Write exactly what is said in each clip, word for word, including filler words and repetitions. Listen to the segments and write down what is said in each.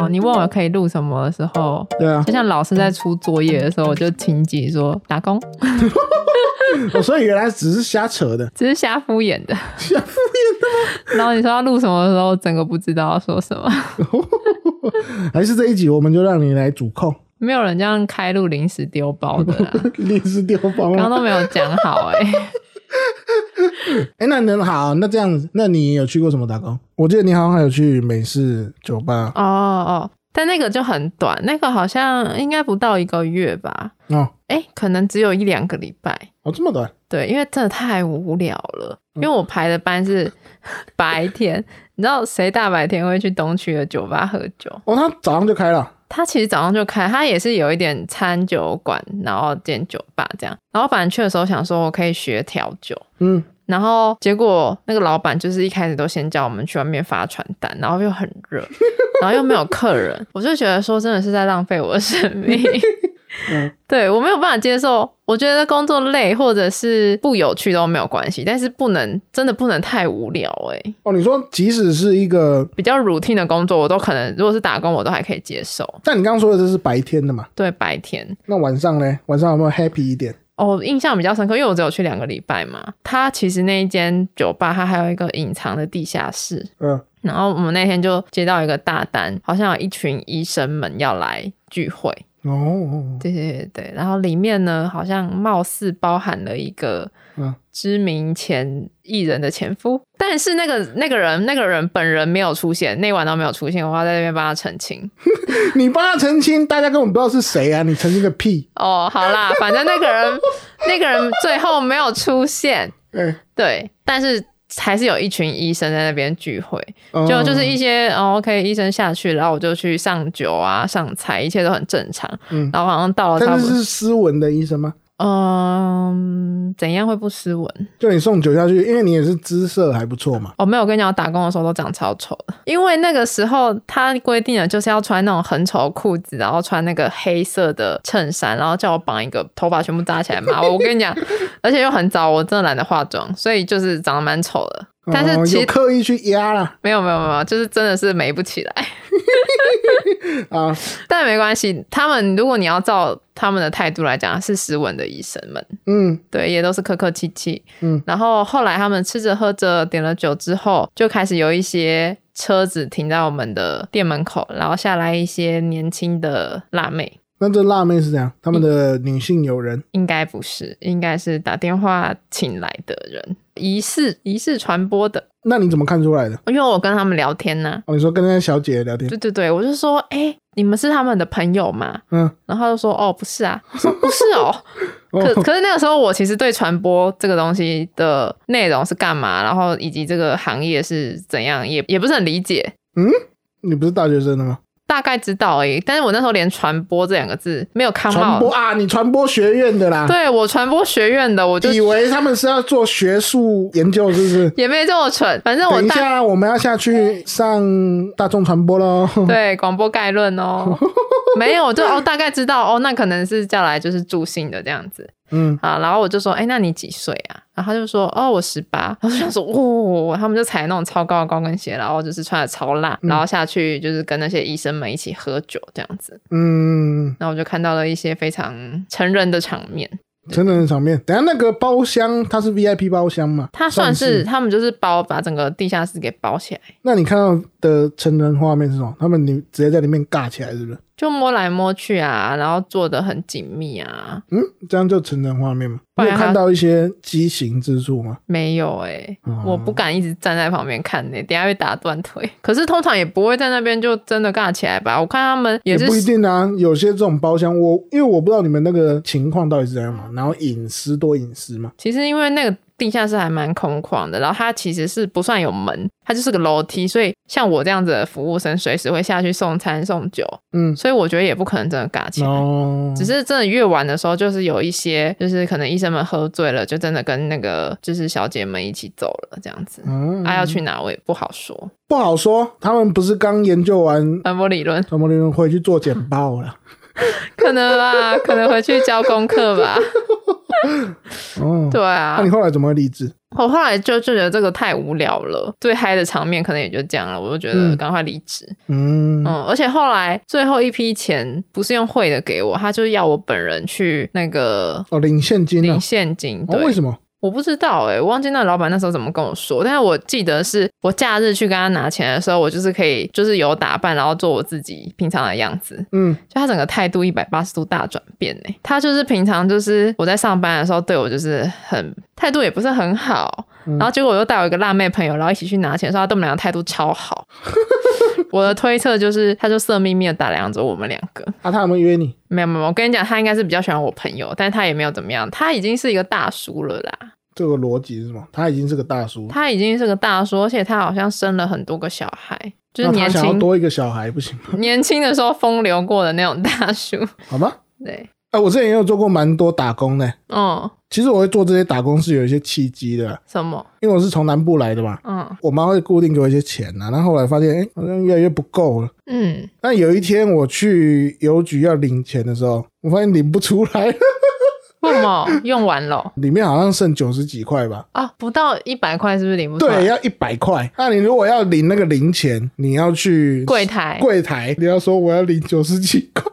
哦，你问我可以录什么的时候， 对啊， 就像老师在出作业的时候，我就情急说打工。 哦，所以原来只是瞎扯的， 只是瞎敷衍的， 瞎敷衍的吗？然后你说要录什么的时候，整个不知道要说什么。 还是这一集我们就让你来主控？ 没有人这样开录临时丢包的啦， 临时丢包， 刚刚都没有讲好哎、欸。 哎、欸，那能好？那这样子，那你有去过什么打工？我记得你好像还有去美式酒吧。 哦哦，但那个就很短，那个好像应该不到一个月吧。 哦， 哎、欸，可能只有一两个礼拜。 哦，这么短？ 对，因为真的太无聊了。因为我排的班是白天，你知道谁大白天会去东区的酒吧喝酒？ 哦，他早上就开了。 他其实早上就开，他也是有一点餐酒馆，然后兼酒吧这样。然后反正去的时候想说我可以学调酒，嗯，然后结果那个老板就是一开始都先叫我们去外面发传单，然后又很热，然后又没有客人，我就觉得说真的是在浪费我的生命。嗯，对，我没有办法接受，我觉得工作累或者是不有趣都没有关系，但是不能真的不能太无聊欸。 哦，你说即使是一个比较 routine 的工作我都可能，如果是打工我都还可以接受。 但你刚刚说的这是白天的嘛？ 对，白天。 那晚上呢？晚上有没有 happy 一点？ 哦，印象比较深刻，因为我只有去两个礼拜嘛。它其实那一间酒吧它还有一个隐藏的地下室，嗯，然后我们那天就接到一个大单，好像有一群医生们要来聚会。哦，对对对对，然后里面呢好像貌似包含了一个知名前艺人的前夫，但是那个那个人那个人本人没有出现，那晚都没有出现，我要在那边帮他澄清。 你帮他澄清，大家根本不知道是谁啊，你澄清个屁。 哦，好啦，反正那个人那个人最后没有出现。嗯，对，但是还是有一群医生在那边聚会，就就是一些、哦、OK 医生下去，然后我就去上酒啊上菜，一切都很正常。嗯，然后好像到了差不多， 但是是斯文的医生吗？ 嗯，怎样会不斯文？ 就你送酒下去，因为你也是姿色还不错嘛。 哦，没有，我跟你讲，我打工的时候都长超丑的，因为那个时候他规定的就是要穿那种很丑的裤子，然后穿那个黑色的衬衫，然后叫我绑一个头发全部扎起来嘛。我跟你讲，而且又很早，我真的懒得化妆，所以就是长得蛮丑的。但是其实、 哦、有刻意去压啦， 没有没有没有，就是真的是美不起来。啊，但没关系，他们如果你要照他们的态度来讲，是斯文的医生们，嗯，对，也都是客客气气，嗯。然后后来他们吃着喝着点了酒之后，就开始有一些车子停在我们的店门口，然后下来一些年轻的辣妹。 那这辣妹是怎样？他们的女性友人？ 应该不是，应该是打电话请来的人，疑似疑似传播的。 那你怎么看出来的？ 因为我跟他们聊天呢、啊。 哦，你说跟那些小姐聊天？ 对对对，我就说，哎、欸，你们是他们的朋友吗？嗯，然后他就说，哦，不是啊。我说不是哦。可可是那个时候我其实对传播这个东西的内容是干嘛，然后以及这个行业是怎样，也也不是很理解。 嗯，你不是大学生的吗？ 大概知道而已，但是我那时候连传播这两个字没有看到。 传播啊，你传播学院的啦。 对，我传播学院的，我就以为他们是要做学术研究，是不是？ 也没这么蠢，反正我等一下我们要下去上大众传播咯。 对，广播概论哦。没有，我就哦大概知道哦，那可能是叫来就是助兴的这样子。嗯，好，然后我就说，哎、欸，那你几岁啊？然后他就说，哦，我十八。然后就想说，哦，他们就踩那种超高的高跟鞋，然后就是穿的超辣、嗯，然后下去就是跟那些医生们一起喝酒这样子。嗯，然后我就看到了一些非常成人的场面。 成人的场面，等一下那个包厢它是 V I P 包厢嘛？ 它算是, 算是他们就是包把整个地下室给包起来。 那你看到的成人画面是什么？他们你直接在里面尬起来是不是？ 就摸来摸去啊，然后做得很紧密啊。 嗯，这样就成人画面吗？你有看到一些畸形之处吗？ 没有哎、欸哦，我不敢一直站在旁边看呢、欸，等一下会打断腿。可是通常也不会在那边就真的尬起来吧？我看他们也是也不一定啊，有些这种包厢，我因为我不知道你们那个情况到底是怎样嘛，然后隐私多隐私嘛。 其实因为那个地下室还蛮空旷的，然后它其实是不算有门，它就是个楼梯，所以像我这样子的服务生随时会下去送餐送酒，嗯，所以我觉得也不可能真的尬起来、哦、只是真的越晚的时候就是有一些就是可能医生们喝醉了，就真的跟那个就是小姐们一起走了这样子，嗯，啊要去哪我也不好说不好说，他们不是刚研究完传播理论传播理论回去做简报了可能吧，可能回去交功课吧哦， 对啊， 那你后来怎么会离职？ 我后来就就觉得这个太无聊了，最嗨的场面可能也就这样了，我就觉得赶快离职。嗯嗯，而且后来最后一批钱不是用汇的给我，他就是要我本人去那个哦领现金、啊， 领现金。对， 哦、为什么？ 我不知道哎、欸，我忘记那老板那时候怎么跟我说，但是我记得是我假日去跟他拿钱的时候，我就是可以就是有打扮，然后做我自己平常的样子。嗯，就他整个态度一百八十度大转变哎、欸，他就是平常就是我在上班的时候对我就是很态度也不是很好，嗯、然后结果我又带我一个辣妹朋友，然后一起去拿钱的时候，他对我们两个态度超好。我的推测就是，他就色眯眯的打量着我们两个。 啊，他有没有约你？ 没有没有，我跟你讲，他应该是比较喜欢我朋友，但是他也没有怎么样，他已经是一个大叔了啦。 这个逻辑是什么？他已经是个大叔， 他已经是个大叔，而且他好像生了很多个小孩，就是年轻， 他想要多一个小孩不行吗？ 年轻的时候风流过的那种大叔， 好吧？ 对。 啊，我之前也有做过蛮多打工的。嗯，其实我会做这些打工是有一些契机的。 什么？ 因为我是从南部来的嘛。嗯，我妈会固定给我一些钱啊，然后后来发现，哎、欸，好像越来越不够了。嗯，但有一天我去邮局要领钱的时候，我发现领不出来。 为什么？用完了？ 里面好像剩九十几块吧。 啊，不到一百块是不是领不出来？ 对，要一百块。那你如果要领那个零钱，你要去柜台， 柜台，你要说我要领九十几块。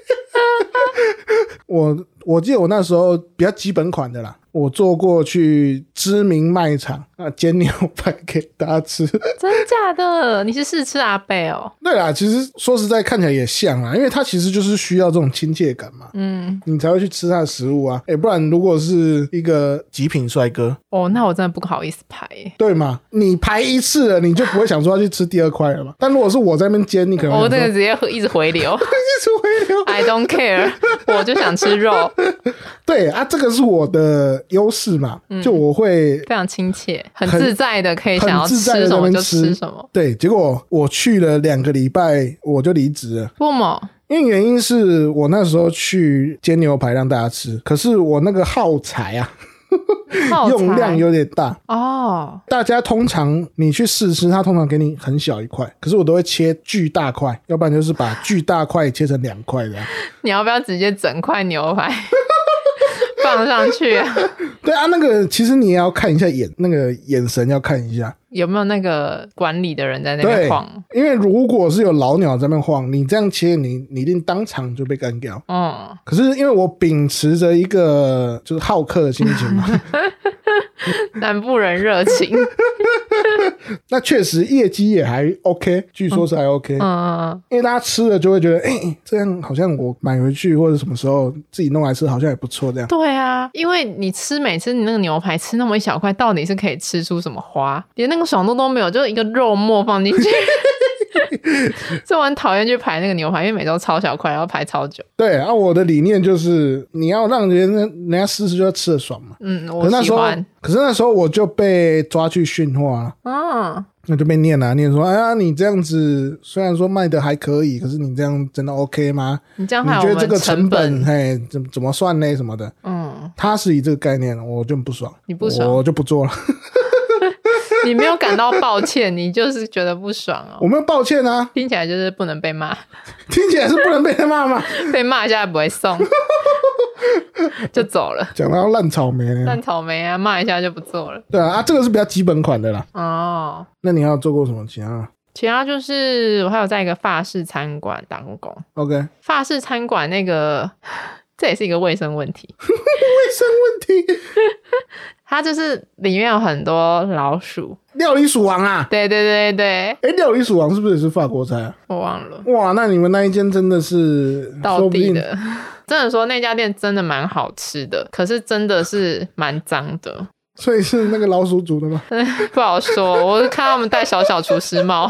我我记得我那时候比较基本款的啦，我做过去知名卖场啊煎牛排给大家吃。 真假的？你是试吃阿伯哦？ 对啦，其实说实在看起来也像啦，因为它其实就是需要这种亲切感嘛，嗯，你才会去吃它的食物啊。欸，不然如果是一个极品帅哥， 哦，那我真的不好意思排耶。 对嘛？你排一次了，你就不会想说要去吃第二块了嘛。但如果是我在那边煎，你可能我这个直接一直回流。 一直回流 I don't care， 我就想吃肉。 对啊，这个是我的优势嘛，嗯，就我会非常亲切，很自在的可以想要吃什么就吃什么。 对，结果我去了两个礼拜我就离职了。 为什么？ 因为原因是我那时候去煎牛排让大家吃，可是我那个耗材啊用量有点大哦。大家通常你去试吃，他通常给你很小一块，可是我都会切巨大块，要不然就是把巨大块切成两块这样。 你要不要直接整块牛排放上去啊？ 对啊，那个其实你也要看一下眼，那个眼神要看一下有没有那个管理的人在那边晃。 因为如果是有老鸟在那边晃，你这样切你你一定当场就被干掉。嗯，可是因为我秉持着一个就是好客的心情嘛南部人热情那确实业绩也还 OK， 据说是还 OK。 嗯嗯嗯，因为大家吃了就会觉得哎、欸，这样好像我买回去或者什么时候自己弄来吃好像也不错这样。 对啊，因为你吃每次你那个牛排吃那么一小块，到底是可以吃出什么花？连那个爽度都没有，就是一个肉末放进去所以我很讨厌去排那个牛排，因为每周超小块，然后排超久。 对啊，我的理念就是你要让人家人家试试就要吃得爽嘛。嗯，我喜欢。可是那时候我就被抓去训话了。嗯，那就被念了，念说哎呀，你这样子虽然说卖的还可以，可是你这样真的 OK 吗？ 你这样还有你觉得这个成本嘿怎怎么算呢什么的？嗯，他是以这个概念，我就不爽。 你不爽， 我就不做了。 你没有感到抱歉，你就是觉得不爽哦。 我没有抱歉啊， 听起来就是不能被骂。 听起来是不能被骂吗？ 被骂一下也不会送就走了。 讲到烂草莓烂草莓啊，骂一下就不做了。 对啊，啊这个是比较基本款的啦。哦，那你还有做过什么其他？ 其他就是我还有在一个法式餐馆打过工。 OK， 法式餐馆那个这也是一个卫生问题卫生问题它就是里面有很多老鼠。 料理鼠王啊？ 对对对对。 哎，料理鼠王是不是也是法国菜啊？ 我忘了。 哇，那你们那一间真的是道地的。真的说那家店真的蛮好吃的，可是真的是蛮脏的。 所以是那个老鼠煮的吗？ 不好说，我是看他们戴小小厨师帽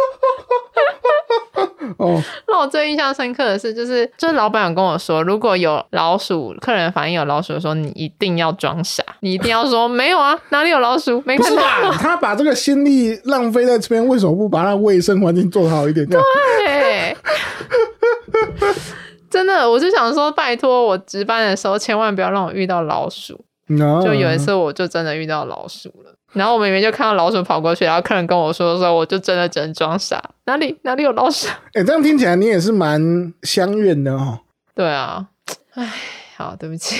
哦，让我最印象深刻的是，就是就是老板有跟我说，如果有老鼠，客人反映有老鼠的时候，你一定要装傻，你一定要说没有啊，哪里有老鼠，没看到。 不是吧？他把这个心力浪费在这边，为什么不把他卫生环境做好一点？ 对，真的，我就想说，拜托，我值班的时候千万不要让我遇到老鼠。No. 就有一次，我就真的遇到老鼠了。然后我明明就看到老鼠跑过去，然后客人跟我说的时候，我就真的只能装傻。哪里哪里有老鼠？ 哎、欸，这样听起来你也是蛮相怨的哦。 对啊，哎， 好，对不起。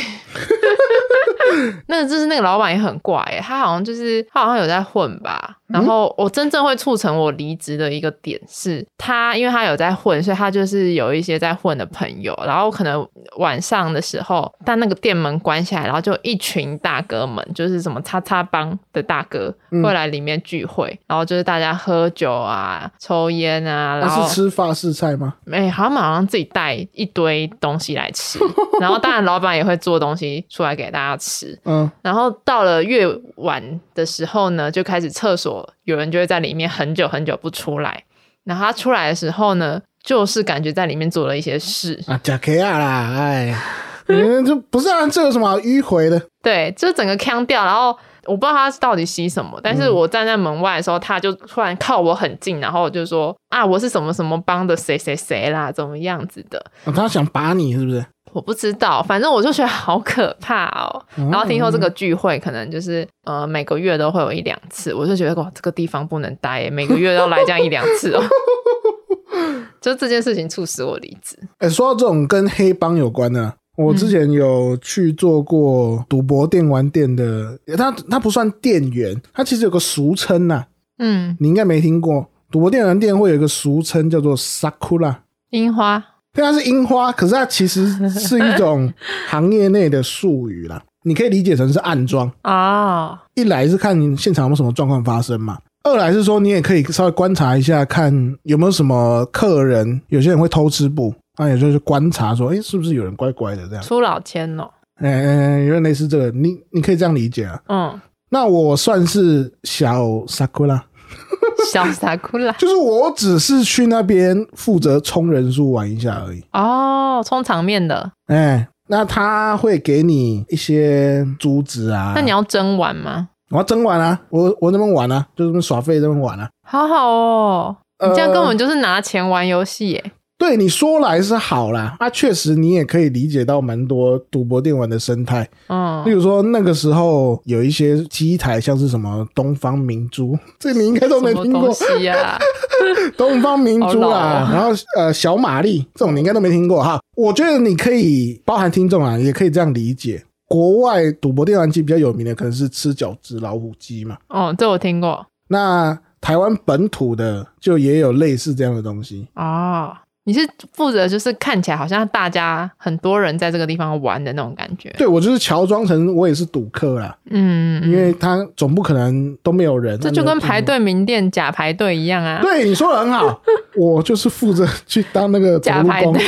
那就是那个老板也很怪耶，他好像就是他好像有在混吧。然后我真正会促成我离职的一个点是他，因为他有在混，所以他就是有一些在混的朋友，然后可能晚上的时候但那个店门关起来，然后就一群大哥们，就是什么叉叉帮的大哥会来里面聚会、嗯、然后就是大家喝酒啊抽烟啊，然后是吃法式菜吗？ 哎、欸，他们好像自己带一堆东西来吃，然后当然老板也会做东西出来给大家吃。嗯，然后到了越晚的时候呢，就开始厕所有人就会在里面很久很久不出来，然后他出来的时候呢，就是感觉在里面做了一些事啊，假 K 啊啦，哎，这不是啊，这有什么好迂回的？ 对，就整个呛掉，然后我不知道他到底吸什么，但是我站在门外的时候，他就突然靠我很近，然后就说啊，我是什么什么帮的谁谁谁啦，怎么样子的、 哦、他想把你是不是？ 我不知道，反正我就觉得好可怕哦。嗯、然后听说这个聚会可能就是呃每个月都会有一两次，我就觉得哇，这个地方不能待耶，每个月都来这样一两次哦。就这件事情促使我离职。 哎、欸，说到这种跟黑帮有关的，我之前有去做过赌博电玩店的，他他不算店员，他其实有个俗称呐、啊，嗯，你应该没听过，赌博电玩店会有一个俗称叫做 Sakura 樱花。 对，它是樱花，可是它其实是一种行业内的术语啦。你可以理解成是暗装啊、哦。一来是看现场有没有什么状况发生嘛，二来是说你也可以稍微观察一下，看有没有什么客人，有些人会偷吃布，那有时候就观察说，哎、欸，是不是有人怪怪的这样。 出老千哦， 哎、欸，有点类似这个，你你可以这样理解啊。嗯，那我算是小 Sakura。 小傻哭啦， 就是我只是去那边负责冲人数玩一下而已。 哦，冲场面的。 哎、欸，那他会给你一些珠子啊。 那你要真玩吗？ 我要真玩啊，我我那边玩啊，就这边耍废这边玩啊。 好好哦，你这样根本就是拿钱玩游戏耶。 对，你说来是好啦，啊，确实你也可以理解到蛮多赌博电玩的生态。嗯，例如说那个时候有一些机台，像是什么东方明珠，这你应该都没听过。 什么东西啊？ 东方明珠啊，然后呃小玛丽这种你应该都没听过哈。我觉得你可以包含听众啊，也可以这样理解。国外赌博电玩机比较有名的可能是吃饺子老虎机嘛。 哦，这我听过。 那台湾本土的就也有类似这样的东西哦。你是负责就是看起来好像大家很多人在这个地方玩的那种感觉。 对，我就是乔装成我也是赌客啦。嗯，因为他总不可能都没有人， 这就跟排队名店假排队一样啊。 对，你说的很好。我就是负责去当那个假排队。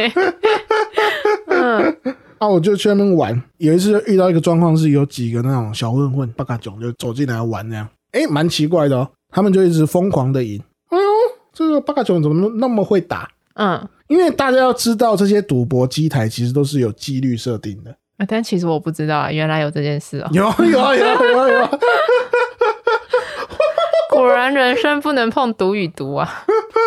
嗯，啊，我就去那边玩。有一次就遇到一个状况，是有几个那种小混混八嘎囧就走进来玩那样，哎，蛮奇怪的哦。他们就一直疯狂的赢。哎呦，这个八嘎囧怎么那么会打？嗯，因为大家要知道这些赌博机台其实都是有几率设定的、 啊、但其实我不知道原来有这件事哦。 有有有有有果然人生不能碰赌与毒啊。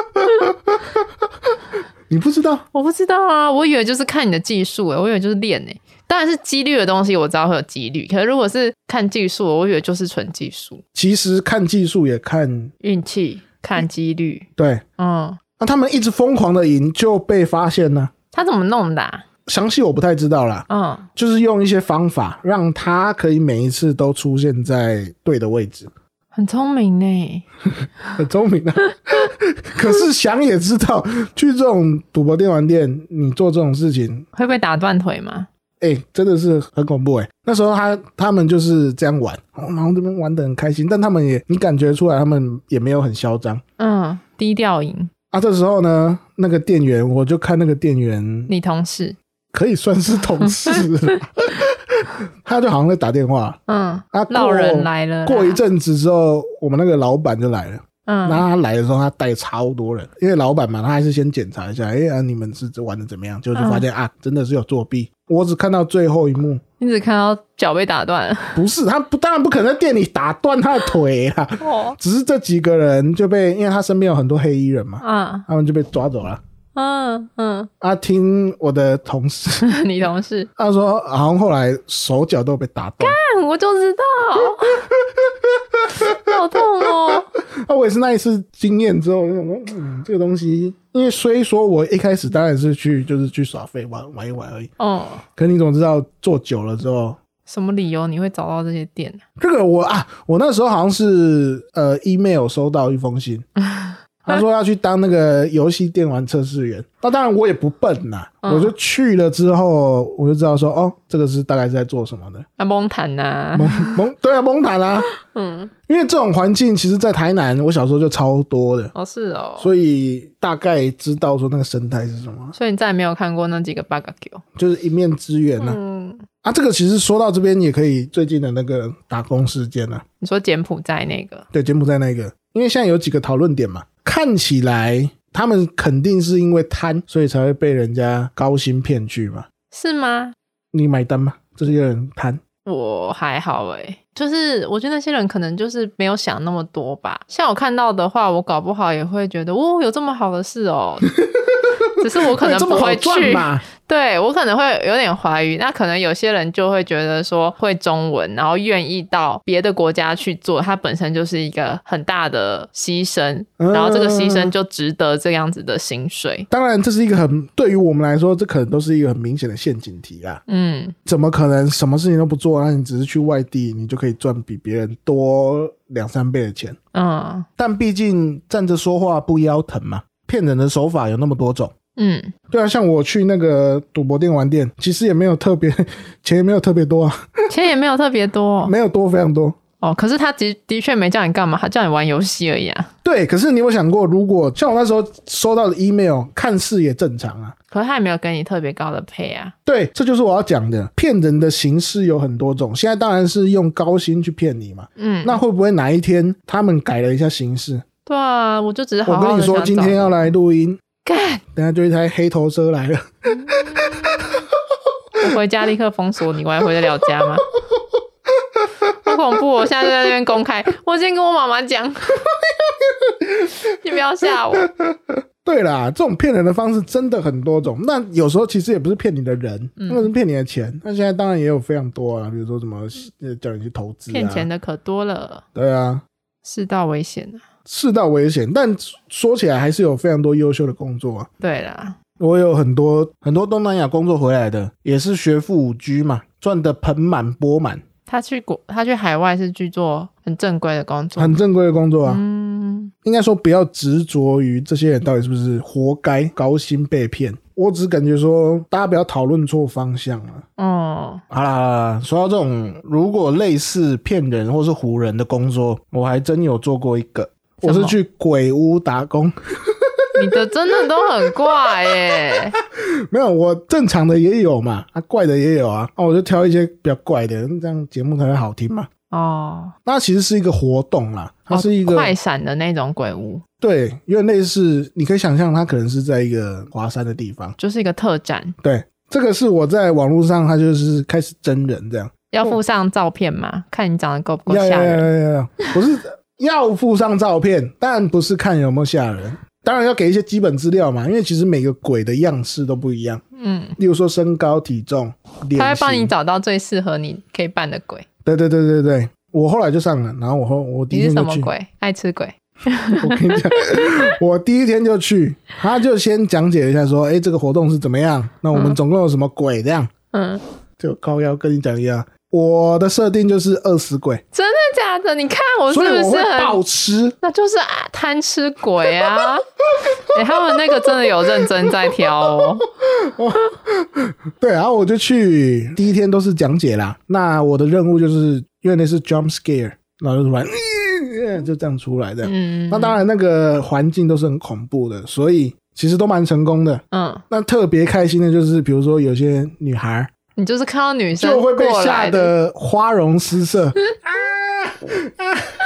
你不知道？ 我不知道啊，我以为就是看你的技术，我以为就是练欸。当然是几率的东西我知道会有几率，可是如果是看技术，我以为就是纯技术。 其实看技术也看运气，看几率。 对，嗯，那他们一直疯狂的赢就被发现了。 他怎么弄的啊？ 详细我不太知道啦。嗯，就是用一些方法让他可以每一次都出现在对的位置。 很聪明耶。 很聪明啊。可是想也知道，去这种赌博电玩店你做这种事情会被打断腿吗？ 哎、欸，真的是很恐怖哎、欸！那时候他他们就是这样玩，然后这边玩得很开心，但他们也你感觉出来他们也没有很嚣张。 嗯，低调赢。啊， 这时候呢，那个店员，我就看那个店员， 你同事可以算是同事。他就好像在打电话。嗯，啊， 老人来了。 过一阵子之后，我们那个老板就来了。嗯，然后他来的时候，他带超多人，因为老板嘛，他还是先检查一下，哎、欸啊，你们是玩的怎么样？就就发现、嗯、啊，真的是有作弊。我只看到最后一幕， 你只看到脚被打断了。 不是，他不当然不可能在店里打断他的腿啊。哦，只是这几个人就被，因为他身边有很多黑衣人嘛，嗯，他们就被抓走了。嗯嗯，啊，听我的同事， 你同事， 他说好像后来手脚都被打断。 干，我就知道。好痛哦！ 那我也是那一次经验之后，我想说，嗯，这个东西，因为虽说我一开始当然是去就是去耍废玩玩一玩而已，哦，可是你怎么知道做久了之后， 什么理由你会找到这些店？ 这个我啊，我那时候好像是呃 email 收到一封信。他说要去当那个游戏电玩测试员，那当然我也不笨啦、嗯、我就去了之后我就知道说哦，这个是大概是在做什么的啊，蒙坦啊蒙蒙对啊，蒙坦啊，嗯，因为这种环境其实在台南我小时候就超多的， 哦是哦， 所以大概知道说那个生态是什么， 所以你再也没有看过那几个 barbecue， 就是一面之缘啊。嗯啊，这个其实说到这边也可以最近的那个打工事件啊， 你说柬埔寨那个， 对，柬埔寨那个，因为现在有几个讨论点嘛，看起来他们肯定是因为贪，所以才会被人家高薪骗去嘛， 是吗？ 你买单吗？这些人贪？ 我还好欸，就是我觉得那些人可能就是没有想那么多吧，像我看到的话我搞不好也会觉得哦，有这么好的事哦只是我可能不会去，对，我可能会有点怀疑，那可能有些人就会觉得说会中文然后愿意到别的国家去做，它本身就是一个很大的牺牲、嗯、然后这个牺牲就值得这样子的薪水。 当然这是一个很，对于我们来说这可能都是一个很明显的陷阱题啦，嗯，怎么可能什么事情都不做，那你只是去外地你就可以赚比别人多两三倍的钱，嗯，但毕竟站着说话不腰疼嘛，骗人的手法有那么多种，嗯，对啊，像我去那个赌博店玩店，其实也没有特别钱也没有特别多啊， 钱也没有特别多， 没有多非常多哦。可是他的的确没叫你干嘛，他叫你玩游戏而已啊。 对，可是你有想过，如果像我那时候收到的 email 看似也正常啊， 可是他也没有给你特别高的配啊。 对，这就是我要讲的，骗人的形式有很多种，现在当然是用高薪去骗你嘛，嗯，那会不会哪一天他们改了一下形式？ 对啊，我就只是好好的我跟你说今天要来录音， 干， 等下就一台黑头车来了、嗯、 我回家立刻封锁你，我还回得了家吗？好恐怖，我现在就在这边公开，我先跟我妈妈讲你不要吓我。 对啦，这种骗人的方式真的很多种，那有时候其实也不是骗你的人，那、嗯、是骗你的钱，那现在当然也有非常多啊，比如说什么叫你去投资啊， 骗钱的可多了。 对啊， 世道危险啊， 世道危险，但说起来还是有非常多优秀的工作啊。 对啦， 我有很多很多东南亚工作回来的，也是学富五居嘛，赚得盆满钵满。 他去国，他去海外是去做很正规的工作， 很正规的工作啊。嗯，应该说不要执着于这些人到底是不是活该高薪被骗。我只感觉说，大家不要讨论错方向了。哦，好啦好啦，说到这种如果类似骗人或是唬人的工作，我还真有做过一个，我是去鬼屋打工。 你的真的都很怪耶。 没有，我正常的也有嘛，啊，怪的也有啊，啊我就挑一些比较怪的，这样节目才会好听嘛。哦，那其实是一个活动啦，它是一个、哦、 快闪的那种鬼屋。 对，有点类似，你可以想象它可能是在一个华山的地方， 就是一个特展。 对，这个是我在网络上，它就是开始真人这样。 要附上照片吗？看你长得够不够吓人？ 要要要要，不是要附上照片，但不是看有没有吓人。当然要给一些基本资料嘛，因为其实每个鬼的样式都不一样。嗯，例如说身高、体重、脸型， 他会帮你找到最适合你可以扮的鬼。 对对对对对，我后来就上了，然后我后我第一天就去。 你是什么鬼？爱吃鬼？ 我跟你讲，我第一天就去，他就先讲解一下说，哎，这个活动是怎么样？那我们总共有什么鬼这样？嗯，就靠腰跟你讲一样。我的设定就是饿死鬼。 真的假的？你看我是不是很， 所以我会暴吃？ 那就是啊，贪吃鬼啊！欸，他们那个真的有认真在挑哦。 对，然后我就去，第一天都是讲解啦。那我的任务就是因为那是 jump scare， 然后就突然、呃、就这样出来的。嗯，那当然那个环境都是很恐怖的，所以其实都蛮成功的。嗯，那特别开心的就是比如说有些女孩， 你就是看到女生就会被吓得花容失色。啊啊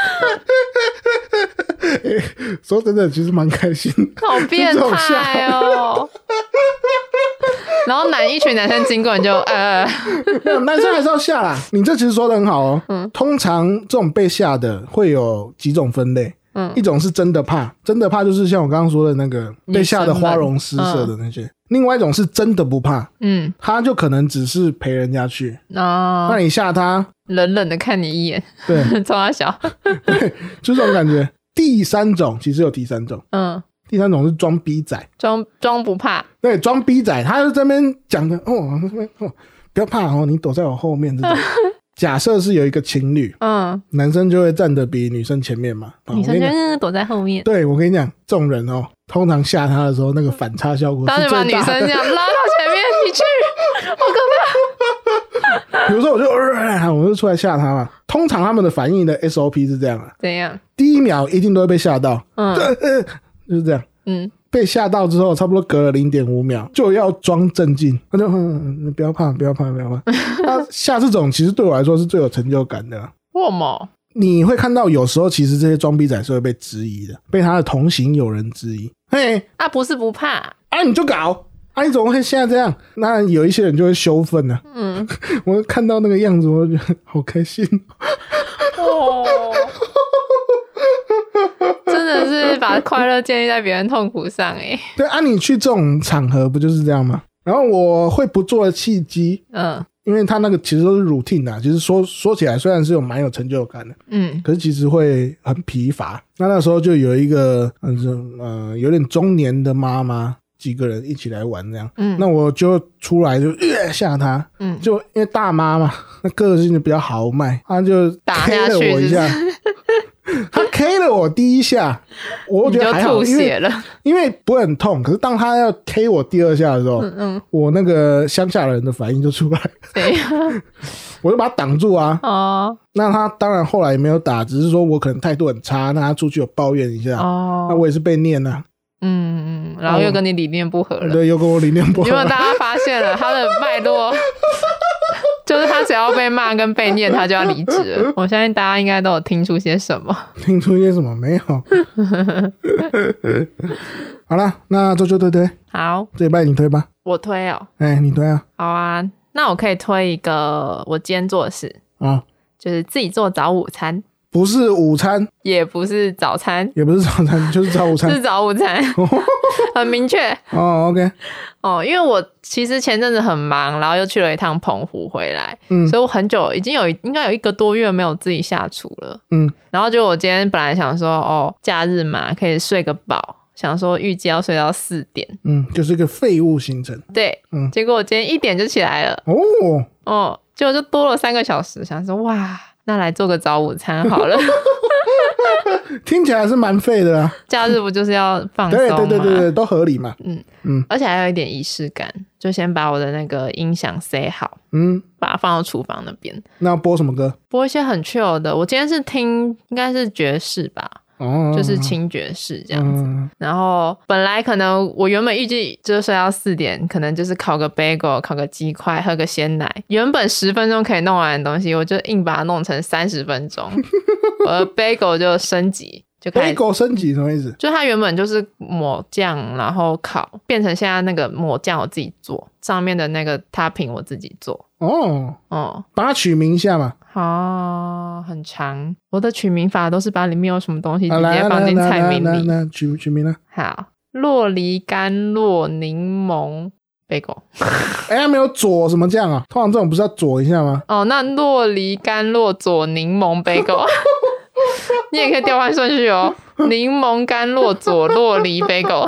欸，说真的其实蛮开心， 好变态哦。然后男一群男生经过你就呃没有，男生还是要吓啦。你这其实说得很好哦。嗯，通常这种被吓的会有几种分类。嗯，一种是真的怕，真的怕就是像我刚刚说的那个被吓得花容失色的那些。嗯，另外一种是真的不怕，嗯，他就可能只是陪人家去哦，那你吓他冷冷的看你一眼， 对， 冲他笑， 对，就这种感觉。 第三种其实有第三种，嗯，第三种是装逼仔， 装装不怕， 对，装逼仔，他就在那边讲的哦，这边哦，不要怕哦，你躲在我后面这种。假设是有一个情侣，嗯，男生就会站得比女生前面嘛， 女生就躲在后面。 对，我跟你讲，这种人哦，通常吓他的时候，那个反差效果是最大的。 当你把女生这样拉到前面，你去，好可怕。 比如说，我就、呃、我就出来吓他嘛。通常他们的反应的 S O P 是这样啊， 怎样？ 第一秒一定都会被吓到，嗯、呃，就是这样，嗯。被吓到之后，差不多隔了 零点五 秒就要装镇静，他就嗯，不要怕，不要怕，不要怕。他下这种其实对我来说是最有成就感的。 为什么？ 你会看到有时候其实这些装逼仔是会被质疑的，被他的同行友人质疑。嘿， 啊不是不怕啊，你就搞啊，你怎么会现在这样？那有一些人就会羞愤啊。嗯，我看到那个样子，我就觉得好开心。哦。 真的是把快乐建立在别人痛苦上哎。 对啊，你去这种场合不就是这样吗？然后我会不做的契机，嗯，因为他那个其实都是 routine 啊，其实说说起来虽然是有蛮有成就感的，嗯，可是其实会很疲乏。那那时候就有一个嗯呃有点中年的妈妈，几个人一起来玩这样，嗯，那我就出来就吓他，嗯，就因为大妈嘛，那个性就比较豪迈，他就打下去了我一下。他 K 了我第一下，我觉得还好， 你就吐血了， 因为不会很痛。可是当他要 K 我第二下的时候，嗯嗯，我那个乡下人的反应就出来，对呀，我就把他挡住啊。哦，那他当然后来也没有打，只是说我可能态度很差，那他出去有抱怨一下，哦，那我也是被念啊。 嗯嗯，然后又跟你理念不合了， 对，又跟我理念不合了。 因为大家发现了他的脉络。就是他只要被骂跟被念，他就要离职了。我相信大家应该都有听出些什么。 听出些什么没有？好啦，那周周推推。 好， 这一拜你推吧。 我推哦。 哎、欸，你推啊。 好啊，那我可以推一个我今天做的事啊，就是自己做早午餐。 不是午餐， 也不是早餐， 也不是早餐，就是早午餐， 是早午餐，很明确。 哦 ，OK， 哦，因为我其实前阵子很忙，然后又去了一趟澎湖回来，嗯，所以我很久已经有应该有一个多月没有自己下厨了，嗯，然后就我今天本来想说，哦，假日嘛，可以睡个饱，想说预计要睡到四点， 嗯，就是个废物行程， 对，嗯，结果我今天一点就起来了，哦，哦，结果就多了三个小时，想说哇。那来做个早午餐好了。 听起来是蛮废的啊。 假日不就是要放松吗？ 对对对对对，都合理嘛。嗯嗯，而且还有一点仪式感，就先把我的那个音响塞好，嗯，把它放到厨房那边。 那要播什么歌？ 播一些很 chill 的。我今天是听应该是爵士吧。哦，就是轻爵士这样子，嗯，然后本来可能我原本预计就是睡到四点，可能就是烤个 bagel， 烤个鸡块，喝个鲜奶，原本十分钟可以弄完的东西，我就硬把它弄成三十分钟，我的 bagel 就升级。就开始 bagel 升级什么意思？ 就它原本就是抹酱，然后烤，变成现在那个抹酱我自己做，上面的那个 topping 我自己做。哦哦，把它取名一下嘛。 哦，很长，我的取名法都是把里面有什么东西直接放进菜名里。 那取取名呢？ 好，洛梨甘露柠檬 bagel。 哎、欸，没有佐什么酱啊？通常这种不是要佐一下吗？ 哦，那洛梨甘露佐柠檬 bagel。你也可以调换顺序哦，柠檬甘露佐洛梨 bagel。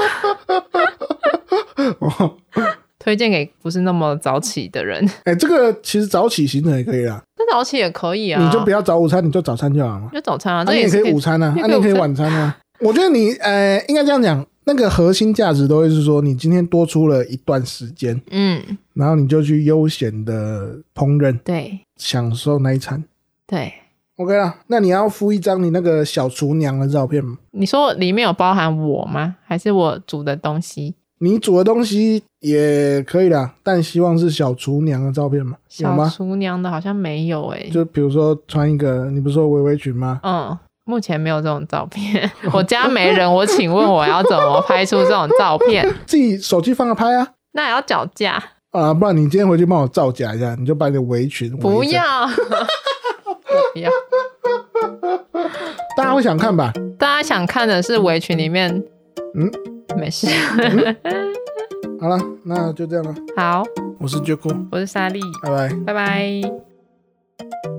推荐给不是那么早起的人。 哎、欸，这个其实早起行程也可以啦。 那早起也可以啊， 你就不要早午餐，你就早餐就好了。 就早餐啊， 那、啊、你也可以午餐啊，那、啊、你也可以晚餐啊。我觉得你呃，应该这样讲，那个核心价值都会是说，你今天多出了一段时间，嗯，然后你就去悠闲的烹饪， 对， 享受那一餐， 对。 OK 啦，那你要附一张你那个小厨娘的照片吗？ 你说里面有包含我吗？还是我煮的东西？ 你煮的东西也可以啦，但希望是小厨娘的照片吗？有吗？ 小厨娘的好像没有诶、欸。 就比如说穿一个，你不是说围围裙吗？ 嗯，目前没有这种照片。我家没人，我请问我要怎么拍出这种照片？ 自己手机放个拍啊。 那也要脚架啊，不然你今天回去帮我造假一下，你就把你的围裙围不要。不要， 大家会想看吧？ 大家想看的是围裙里面，嗯，没事。嗯、 好了，那就这样了。 好， 我是 Jaco， 我是莎莉， 拜拜， 拜拜。